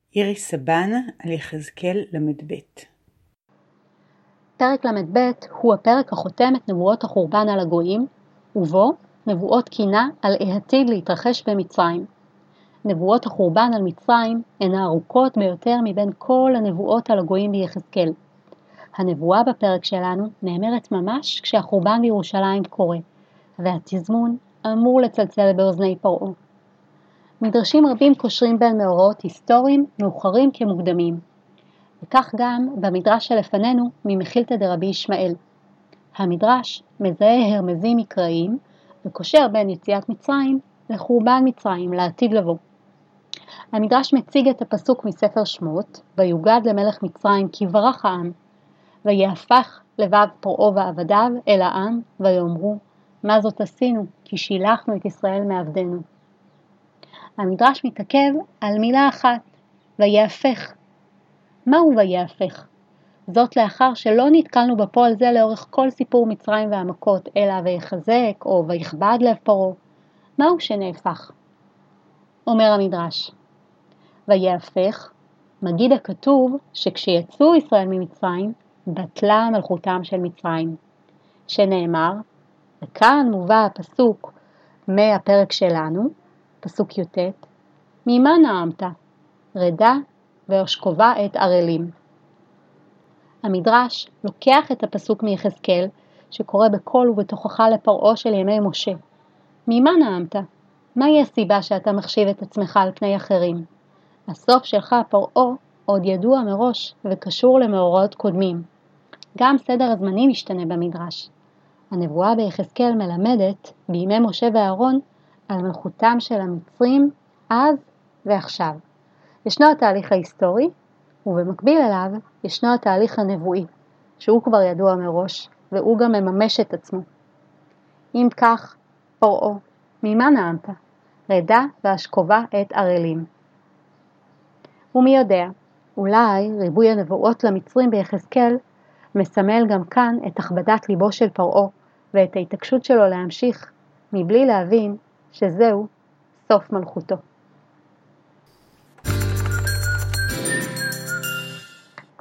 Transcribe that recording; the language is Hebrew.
איריס סבן על יחזקאל ל"ב. פרק ל"ב הוא הפרק החותם את נבואות החורבן על הגויים, ובו נבואות קינה על העתיד להתרחש במצרים. נבואות החורבן על מצרים הן הארוכות ביותר מבין כל הנבואות על הגויים ביחזקאל. הנבואה בפרק שלנו נאמרת ממש כשהחורבן בירושלים קורה, והתזמון אמור לצלצל באוזני פרעה. מדרשים רבים קושרים בין מאורעות היסטוריים מאוחרים כמוקדמים, וכך גם במדרש שלפנינו ממחילתא דרבי ישמעאל. המדרש מזהה הרמזים מקראיים וקושר בין יציאת מצרים לחורבן מצרים לעתיד לבוא. המדרש מציג את הפסוק מספר שמות, ויוגד למלך מצרים כי ברח העם, ויהפך לבב פרעה ועבדיו אל העם, ויאמרו, מה זאת עשינו? כי שילחנו את ישראל מעבדנו. המדרש מתעכב על מילה אחת, ויהפך. מהו ויהפך? זאת לאחר שלא נתקלנו בפועל זה לאורך כל סיפור מצרים והמכות, אלא ויחזק או ויכבד לב פרעה. מהו שנהפך? אומר המדרש. ויהפך, מגיד הכתוב שכשיצאו ישראל ממצרים, בטלה מלכותם של מצרים. שנאמר, וכאן מובא הפסוק מהפרק שלנו, פסוק י"ט, ממה נעמת? רדה והושקובה את ערלים. המדרש לוקח את הפסוק מיחזקאל שקורא בקול ובתוכחה לפרעה של ימי משה. ממה נעמת? מהי הסיבה שאתה מחשיב את עצמך על פני אחרים? הסוף שלך פרעה עוד ידוע מראש וקשור למאורעות קודמים. גם סדר הזמנים משתנה במדרש. הנבואה ביחזקאל מלמדת בימי משה ואהרון על מלכותם של המצרים אז ועכשיו. ישנו התהליך ההיסטורי, ובמקביל אליו ישנו התהליך הנבואי, שהוא כבר ידוע מראש, והוא גם מממש את עצמו. אם כך, פרעה, ממה נעמת? רדה והשקובה את ערלים. ומי יודע, אולי ריבוי הנבואות למצרים ביחזקאל מסמל גם כאן את הכבדת ליבו של פרעה, ואת ההתעקשות שלו להמשיך, מבלי להבין שזהו סוף מלכותו.